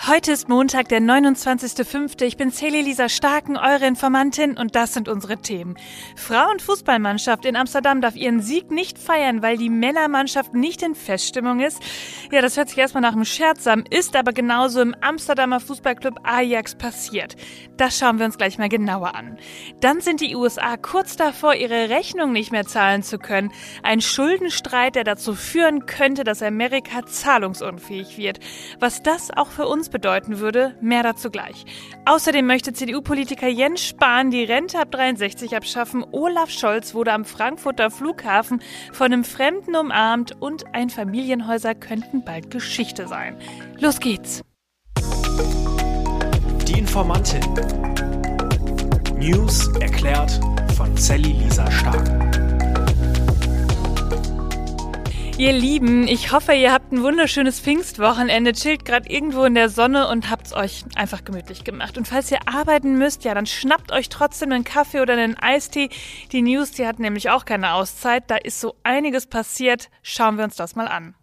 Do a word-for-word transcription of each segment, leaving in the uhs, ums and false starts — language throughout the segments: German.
Heute ist Montag, der neunundzwanzigster fünfter Ich bin Celi Lisa Starken, eure Informantin, und das sind unsere Themen. Frauenfußballmannschaft in Amsterdam darf ihren Sieg nicht feiern, weil die Männermannschaft nicht in Feststimmung ist. Ja, das hört sich erstmal nach einem Scherz an, ist aber genauso im Amsterdamer Fußballclub Ajax passiert. Das schauen wir uns gleich mal genauer an. Dann sind die U S A kurz davor, ihre Rechnung nicht mehr zahlen zu können. Ein Schuldenstreit, der dazu führen könnte, dass Amerika zahlungsunfähig wird. Was das auch für uns bedeuten würde, mehr dazu gleich. Außerdem möchte C D U-Politiker Jens Spahn die Rente ab dreiundsechzig abschaffen. Olaf Scholz wurde am Frankfurter Flughafen von einem Fremden umarmt und Einfamilienhäuser könnten bald Geschichte sein. Los geht's! Die Informantin. News erklärt von Celi Lisa Starken. Ihr Lieben, ich hoffe, ihr habt ein wunderschönes Pfingstwochenende, chillt gerade irgendwo in der Sonne und habt's euch einfach gemütlich gemacht. Und falls ihr arbeiten müsst, ja, dann schnappt euch trotzdem einen Kaffee oder einen Eistee. Die News, die hat nämlich auch keine Auszeit. Da ist so einiges passiert. Schauen wir uns das mal an.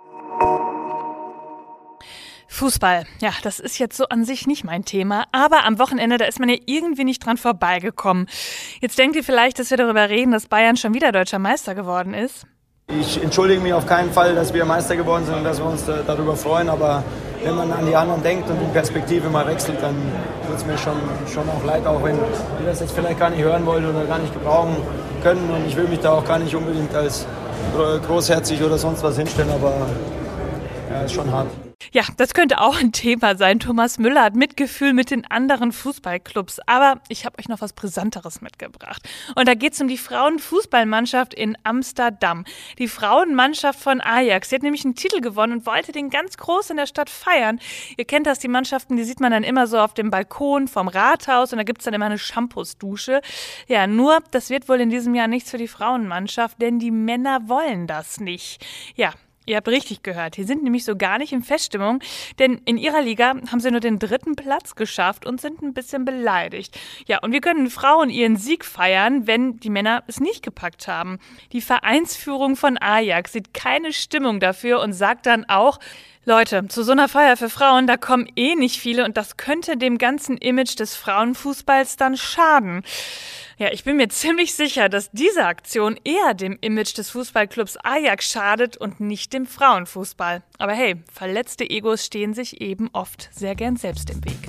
Fußball, ja, das ist jetzt so an sich nicht mein Thema, aber am Wochenende, da ist man ja irgendwie nicht dran vorbeigekommen. Jetzt denkt ihr vielleicht, dass wir darüber reden, dass Bayern schon wieder deutscher Meister geworden ist. Ich entschuldige mich auf keinen Fall, dass wir Meister geworden sind und dass wir uns da, darüber freuen, aber wenn man an die anderen denkt und die Perspektive mal wechselt, dann tut es mir schon, schon auch leid, auch wenn ihr das jetzt vielleicht gar nicht hören wollt oder gar nicht gebrauchen können, und ich will mich da auch gar nicht unbedingt als großherzig oder sonst was hinstellen, aber ja, ist schon hart. Ja, das könnte auch ein Thema sein. Thomas Müller hat Mitgefühl mit den anderen Fußballclubs. Aber ich habe euch noch was Brisanteres mitgebracht. Und da geht es um die Frauenfußballmannschaft in Amsterdam. Die Frauenmannschaft von Ajax. Sie hat nämlich einen Titel gewonnen und wollte den ganz groß in der Stadt feiern. Ihr kennt das, die Mannschaften, die sieht man dann immer so auf dem Balkon vom Rathaus. Und da gibt es dann immer eine Shampoosdusche. Ja, nur, das wird wohl in diesem Jahr nichts für die Frauenmannschaft, denn die Männer wollen das nicht. Ja. Ihr habt richtig gehört, die sind nämlich so gar nicht in Feststimmung, denn in ihrer Liga haben sie nur den dritten Platz geschafft und sind ein bisschen beleidigt. Ja, und wir können Frauen ihren Sieg feiern, wenn die Männer es nicht gepackt haben. Die Vereinsführung von Ajax sieht keine Stimmung dafür und sagt dann auch: Leute, zu so einer Feier für Frauen, da kommen eh nicht viele und das könnte dem ganzen Image des Frauenfußballs dann schaden. Ja, ich bin mir ziemlich sicher, dass diese Aktion eher dem Image des Fußballclubs Ajax schadet und nicht dem Frauenfußball. Aber hey, verletzte Egos stehen sich eben oft sehr gern selbst im Weg.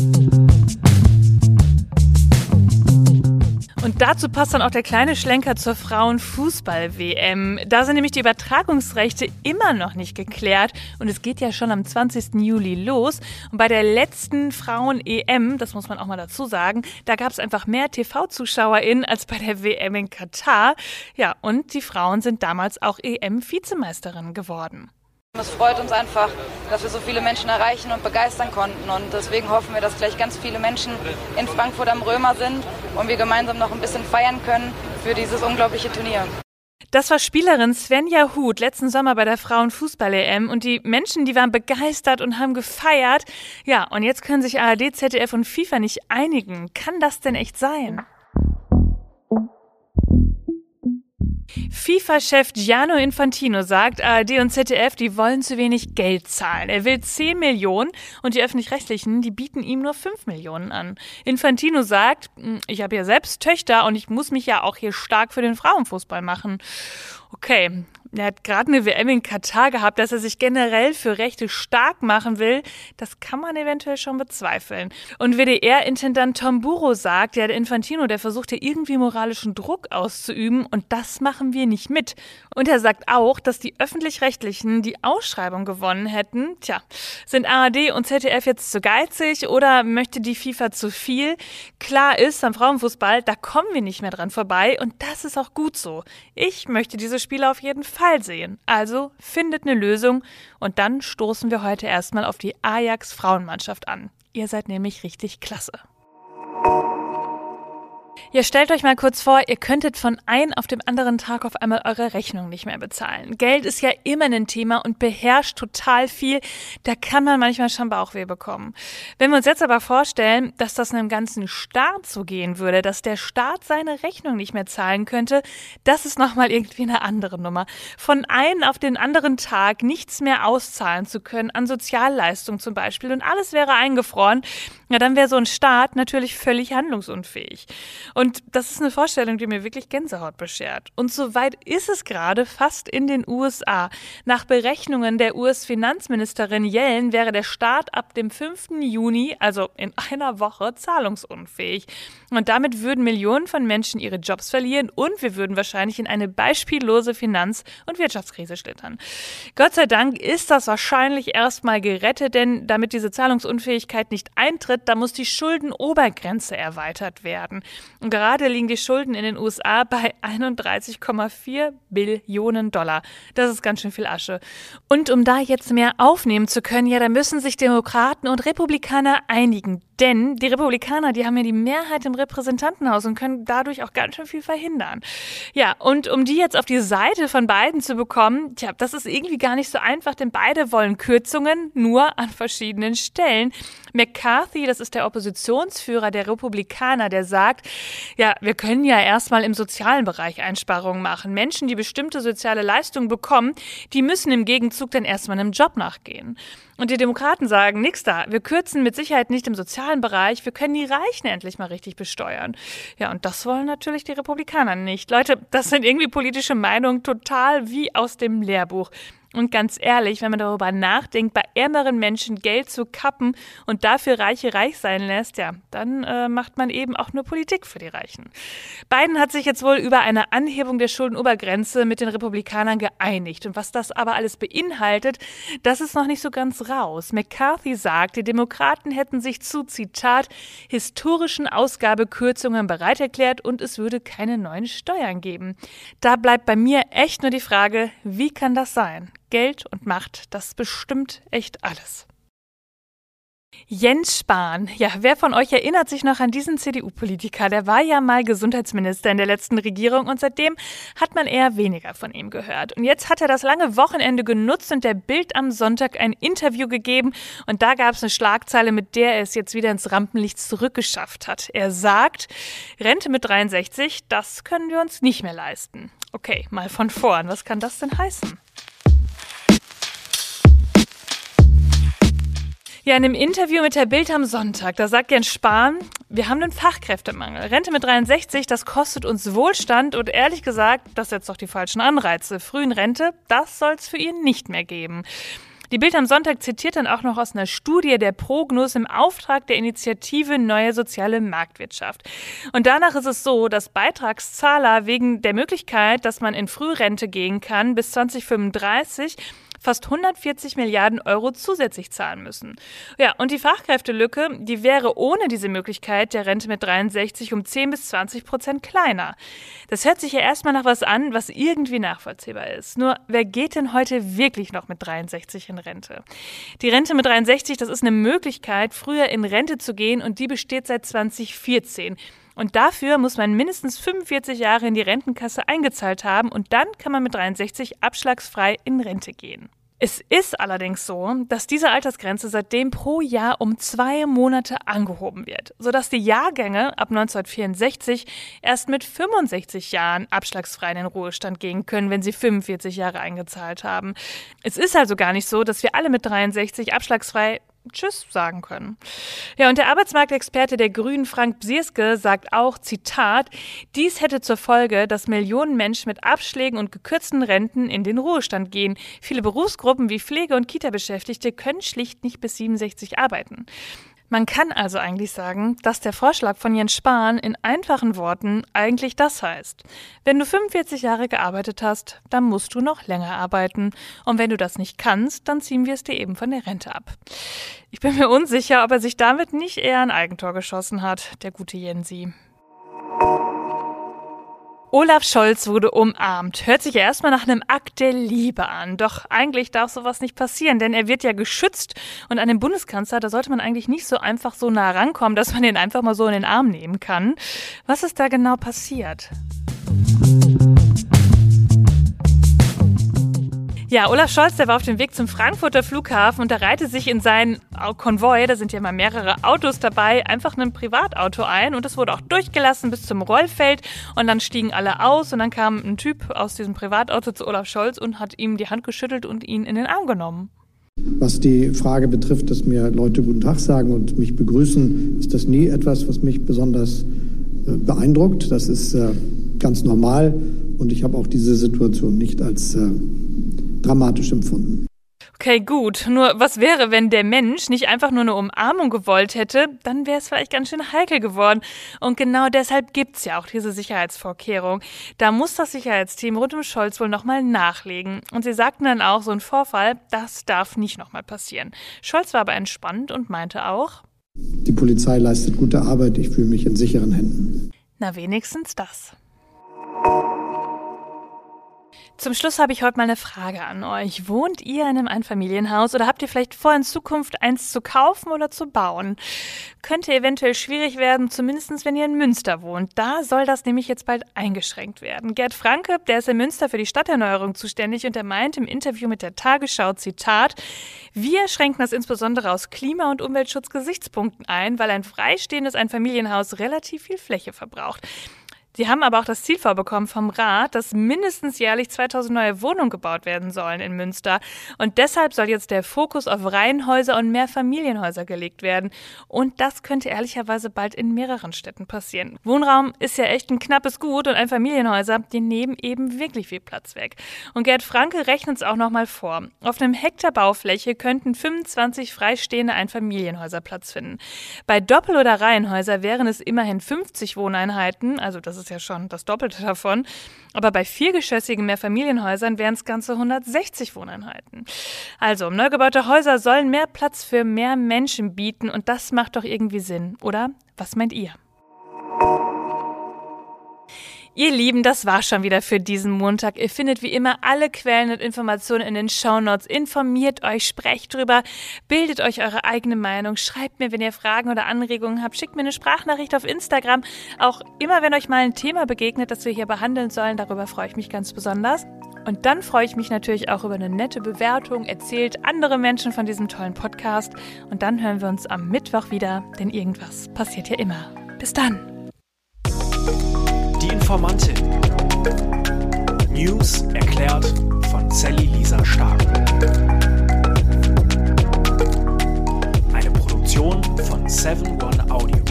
Und dazu passt dann auch der kleine Schlenker zur Frauenfußball-W M. Da sind nämlich die Übertragungsrechte immer noch nicht geklärt und es geht ja schon am zwanzigsten Juli los. Und bei der letzten Frauen-E M, das muss man auch mal dazu sagen, da gab es einfach mehr T V-ZuschauerInnen als bei der W M in Katar. Ja, und die Frauen sind damals auch E M-Vizemeisterin geworden. Es freut uns einfach, dass wir so viele Menschen erreichen und begeistern konnten, und deswegen hoffen wir, dass gleich ganz viele Menschen in Frankfurt am Römer sind und wir gemeinsam noch ein bisschen feiern können für dieses unglaubliche Turnier. Das war Spielerin Svenja Huth letzten Sommer bei der Frauenfußball-E M und die Menschen, die waren begeistert und haben gefeiert. Ja, und jetzt können sich A R D, Z D F und FIFA nicht einigen. Kann das denn echt sein? FIFA-Chef Gianni Infantino sagt, A R D und Z D F, die wollen zu wenig Geld zahlen. Er will zehn Millionen und die Öffentlich-Rechtlichen, die bieten ihm nur fünf Millionen an. Infantino sagt, ich habe ja selbst Töchter und ich muss mich ja auch hier stark für den Frauenfußball machen. Okay, er hat gerade eine W M in Katar gehabt, dass er sich generell für Rechte stark machen will. Das kann man eventuell schon bezweifeln. Und W D R-Intendant Tom Buro sagt, ja, der Infantino, der versucht ja irgendwie moralischen Druck auszuüben und das machen wir nicht mit. Und er sagt auch, dass die Öffentlich-Rechtlichen die Ausschreibung gewonnen hätten. Tja, sind A R D und Z D F jetzt zu geizig oder möchte die FIFA zu viel? Klar ist, am Frauenfußball, da kommen wir nicht mehr dran vorbei und das ist auch gut so. Ich möchte diese Spiele auf jeden Fall sehen. Also findet eine Lösung und dann stoßen wir heute erstmal auf die Ajax-Frauenmannschaft an. Ihr seid nämlich richtig klasse. Ja, stellt euch mal kurz vor, ihr könntet von einem auf dem anderen Tag auf einmal eure Rechnung nicht mehr bezahlen. Geld ist ja immer ein Thema und beherrscht total viel. Da kann man manchmal schon Bauchweh bekommen. Wenn wir uns jetzt aber vorstellen, dass das einem ganzen Staat so gehen würde, dass der Staat seine Rechnung nicht mehr zahlen könnte, das ist nochmal irgendwie eine andere Nummer. Von einem auf den anderen Tag nichts mehr auszahlen zu können, an Sozialleistungen zum Beispiel, und alles wäre eingefroren, ja, dann wäre so ein Staat natürlich völlig handlungsunfähig. Und das ist eine Vorstellung, die mir wirklich Gänsehaut beschert. Und so weit ist es gerade fast in den U S A. Nach Berechnungen der U S-Finanzministerin Yellen wäre der Staat ab dem fünften Juni, also in einer Woche, zahlungsunfähig. Und damit würden Millionen von Menschen ihre Jobs verlieren und wir würden wahrscheinlich in eine beispiellose Finanz- und Wirtschaftskrise schlittern. Gott sei Dank ist das wahrscheinlich erstmal gerettet, denn damit diese Zahlungsunfähigkeit nicht eintritt, da muss die Schuldenobergrenze erweitert werden. Und gerade liegen die Schulden in den U S A bei einunddreißig Komma vier Billionen Dollar. Das ist ganz schön viel Asche. Und um da jetzt mehr aufnehmen zu können, ja, da müssen sich Demokraten und Republikaner einigen. Denn die Republikaner, die haben ja die Mehrheit im Repräsentantenhaus und können dadurch auch ganz schön viel verhindern. Ja, und um die jetzt auf die Seite von beiden zu bekommen, tja, das ist irgendwie gar nicht so einfach, denn beide wollen Kürzungen, nur an verschiedenen Stellen. McCarthy, das ist der Oppositionsführer der Republikaner, der sagt, ja, wir können ja erstmal im sozialen Bereich Einsparungen machen. Menschen, die bestimmte soziale Leistungen bekommen, die müssen im Gegenzug dann erstmal einem Job nachgehen. Und die Demokraten sagen, nix da, wir kürzen mit Sicherheit nicht im sozialen Bereich, wir können die Reichen endlich mal richtig besteuern. Ja, und das wollen natürlich die Republikaner nicht. Leute, das sind irgendwie politische Meinungen total wie aus dem Lehrbuch. Und ganz ehrlich, wenn man darüber nachdenkt, bei ärmeren Menschen Geld zu kappen und dafür Reiche reich sein lässt, ja, dann äh, macht man eben auch nur Politik für die Reichen. Biden hat sich jetzt wohl über eine Anhebung der Schuldenobergrenze mit den Republikanern geeinigt. Und was das aber alles beinhaltet, das ist noch nicht so ganz raus. McCarthy sagt, die Demokraten hätten sich zu, Zitat, historischen Ausgabekürzungen bereit erklärt und es würde keine neuen Steuern geben. Da bleibt bei mir echt nur die Frage, wie kann das sein? Geld und Macht, das bestimmt echt alles. Jens Spahn. Ja, wer von euch erinnert sich noch an diesen C D U-Politiker? Der war ja mal Gesundheitsminister in der letzten Regierung und seitdem hat man eher weniger von ihm gehört. Und jetzt hat er das lange Wochenende genutzt und der Bild am Sonntag ein Interview gegeben und da gab es eine Schlagzeile, mit der er es jetzt wieder ins Rampenlicht zurückgeschafft hat. Er sagt, Rente mit dreiundsechzig, das können wir uns nicht mehr leisten. Okay, mal von vorn, was kann das denn heißen? Ja, in einem Interview mit der Bild am Sonntag, da sagt Jens Spahn, wir haben einen Fachkräftemangel. Rente mit dreiundsechzig, das kostet uns Wohlstand und ehrlich gesagt, das setzt doch die falschen Anreize. Frühen Rente, das soll es für ihn nicht mehr geben. Die Bild am Sonntag zitiert dann auch noch aus einer Studie der Prognos im Auftrag der Initiative Neue Soziale Marktwirtschaft. Und danach ist es so, dass Beitragszahler wegen der Möglichkeit, dass man in Frührente gehen kann, bis zwanzig fünfunddreißig fast hundertvierzig Milliarden Euro zusätzlich zahlen müssen. Ja, und die Fachkräftelücke, die wäre ohne diese Möglichkeit der Rente mit dreiundsechzig um zehn bis zwanzig Prozent kleiner. Das hört sich ja erstmal nach was an, was irgendwie nachvollziehbar ist. Nur, wer geht denn heute wirklich noch mit dreiundsechzig in Rente? Die Rente mit dreiundsechzig, das ist eine Möglichkeit, früher in Rente zu gehen und die besteht seit zwanzig vierzehn. Und dafür muss man mindestens fünfundvierzig Jahre in die Rentenkasse eingezahlt haben und dann kann man mit dreiundsechzig abschlagsfrei in Rente gehen. Es ist allerdings so, dass diese Altersgrenze seitdem pro Jahr um zwei Monate angehoben wird, sodass die Jahrgänge ab neunzehnhundertvierundsechzig erst mit fünfundsechzig Jahren abschlagsfrei in den Ruhestand gehen können, wenn sie fünfundvierzig Jahre eingezahlt haben. Es ist also gar nicht so, dass wir alle mit dreiundsechzig abschlagsfrei Tschüss sagen können. Ja, und der Arbeitsmarktexperte der Grünen, Frank Bsirske, sagt auch, Zitat, dies hätte zur Folge, dass Millionen Menschen mit Abschlägen und gekürzten Renten in den Ruhestand gehen. Viele Berufsgruppen wie Pflege- und Kita-Beschäftigte können schlicht nicht bis siebenundsechzig arbeiten. Man kann also eigentlich sagen, dass der Vorschlag von Jens Spahn in einfachen Worten eigentlich das heißt. Wenn du fünfundvierzig Jahre gearbeitet hast, dann musst du noch länger arbeiten. Und wenn du das nicht kannst, dann ziehen wir es dir eben von der Rente ab. Ich bin mir unsicher, ob er sich damit nicht eher ein Eigentor geschossen hat, der gute Jensi. Olaf Scholz wurde umarmt. Hört sich ja erstmal nach einem Akt der Liebe an. Doch eigentlich darf sowas nicht passieren, denn er wird ja geschützt. Und an den Bundeskanzler, da sollte man eigentlich nicht so einfach so nah rankommen, dass man den einfach mal so in den Arm nehmen kann. Was ist da genau passiert? Ja, Olaf Scholz, der war auf dem Weg zum Frankfurter Flughafen und da reihte sich in seinen Konvoi, da sind ja mal mehrere Autos dabei, einfach ein Privatauto ein und das wurde auch durchgelassen bis zum Rollfeld und dann stiegen alle aus und dann kam ein Typ aus diesem Privatauto zu Olaf Scholz und hat ihm die Hand geschüttelt und ihn in den Arm genommen. Was die Frage betrifft, dass mir Leute guten Tag sagen und mich begrüßen, ist das nie etwas, was mich besonders beeindruckt. Das ist ganz normal und ich habe auch diese Situation nicht als dramatisch empfunden. Okay, gut. Nur was wäre, wenn der Mensch nicht einfach nur eine Umarmung gewollt hätte? Dann wäre es vielleicht ganz schön heikel geworden. Und genau deshalb gibt's ja auch diese Sicherheitsvorkehrung. Da muss das Sicherheitsteam rund um Scholz wohl nochmal nachlegen. Und sie sagten dann auch, so ein Vorfall, das darf nicht nochmal passieren. Scholz war aber entspannt und meinte auch: Die Polizei leistet gute Arbeit, ich fühle mich in sicheren Händen. Na, wenigstens das. Zum Schluss habe ich heute mal eine Frage an euch. Wohnt ihr in einem Einfamilienhaus oder habt ihr vielleicht vor, in Zukunft eins zu kaufen oder zu bauen? Könnte eventuell schwierig werden, zumindest wenn ihr in Münster wohnt. Da soll das nämlich jetzt bald eingeschränkt werden. Gerd Franke, der ist in Münster für die Stadterneuerung zuständig und der meint im Interview mit der Tagesschau, Zitat: Wir schränken das insbesondere aus Klima- und Umweltschutzgesichtspunkten ein, weil ein freistehendes Einfamilienhaus relativ viel Fläche verbraucht. Sie haben aber auch das Ziel vorbekommen vom Rat, dass mindestens jährlich zweitausend neue Wohnungen gebaut werden sollen in Münster. Und deshalb soll jetzt der Fokus auf Reihenhäuser und Mehrfamilienhäuser gelegt werden. Und das könnte ehrlicherweise bald in mehreren Städten passieren. Wohnraum ist ja echt ein knappes Gut und Einfamilienhäuser, die nehmen eben wirklich viel Platz weg. Und Gerd Franke rechnet es auch nochmal vor. Auf einem Hektar Baufläche könnten fünfundzwanzig freistehende Einfamilienhäuser Platz finden. Bei Doppel- oder Reihenhäuser wären es immerhin fünfzig Wohneinheiten, also das ist ja schon das Doppelte davon. Aber bei viergeschossigen Mehrfamilienhäusern wären es ganze hundertsechzig Wohneinheiten. Also, neu gebaute Häuser sollen mehr Platz für mehr Menschen bieten und das macht doch irgendwie Sinn, oder? Was meint ihr? Ihr Lieben, das war schon wieder für diesen Montag. Ihr findet wie immer alle Quellen und Informationen in den Shownotes. Informiert euch, sprecht drüber, bildet euch eure eigene Meinung, schreibt mir, wenn ihr Fragen oder Anregungen habt, schickt mir eine Sprachnachricht auf Instagram. Auch immer, wenn euch mal ein Thema begegnet, das wir hier behandeln sollen, darüber freue ich mich ganz besonders. Und dann freue ich mich natürlich auch über eine nette Bewertung. Erzählt andere Menschen von diesem tollen Podcast. Und dann hören wir uns am Mittwoch wieder, denn irgendwas passiert ja immer. Bis dann. Die Informantin. News erklärt von Sally Lisa Stark. Eine Produktion von seven one Audio.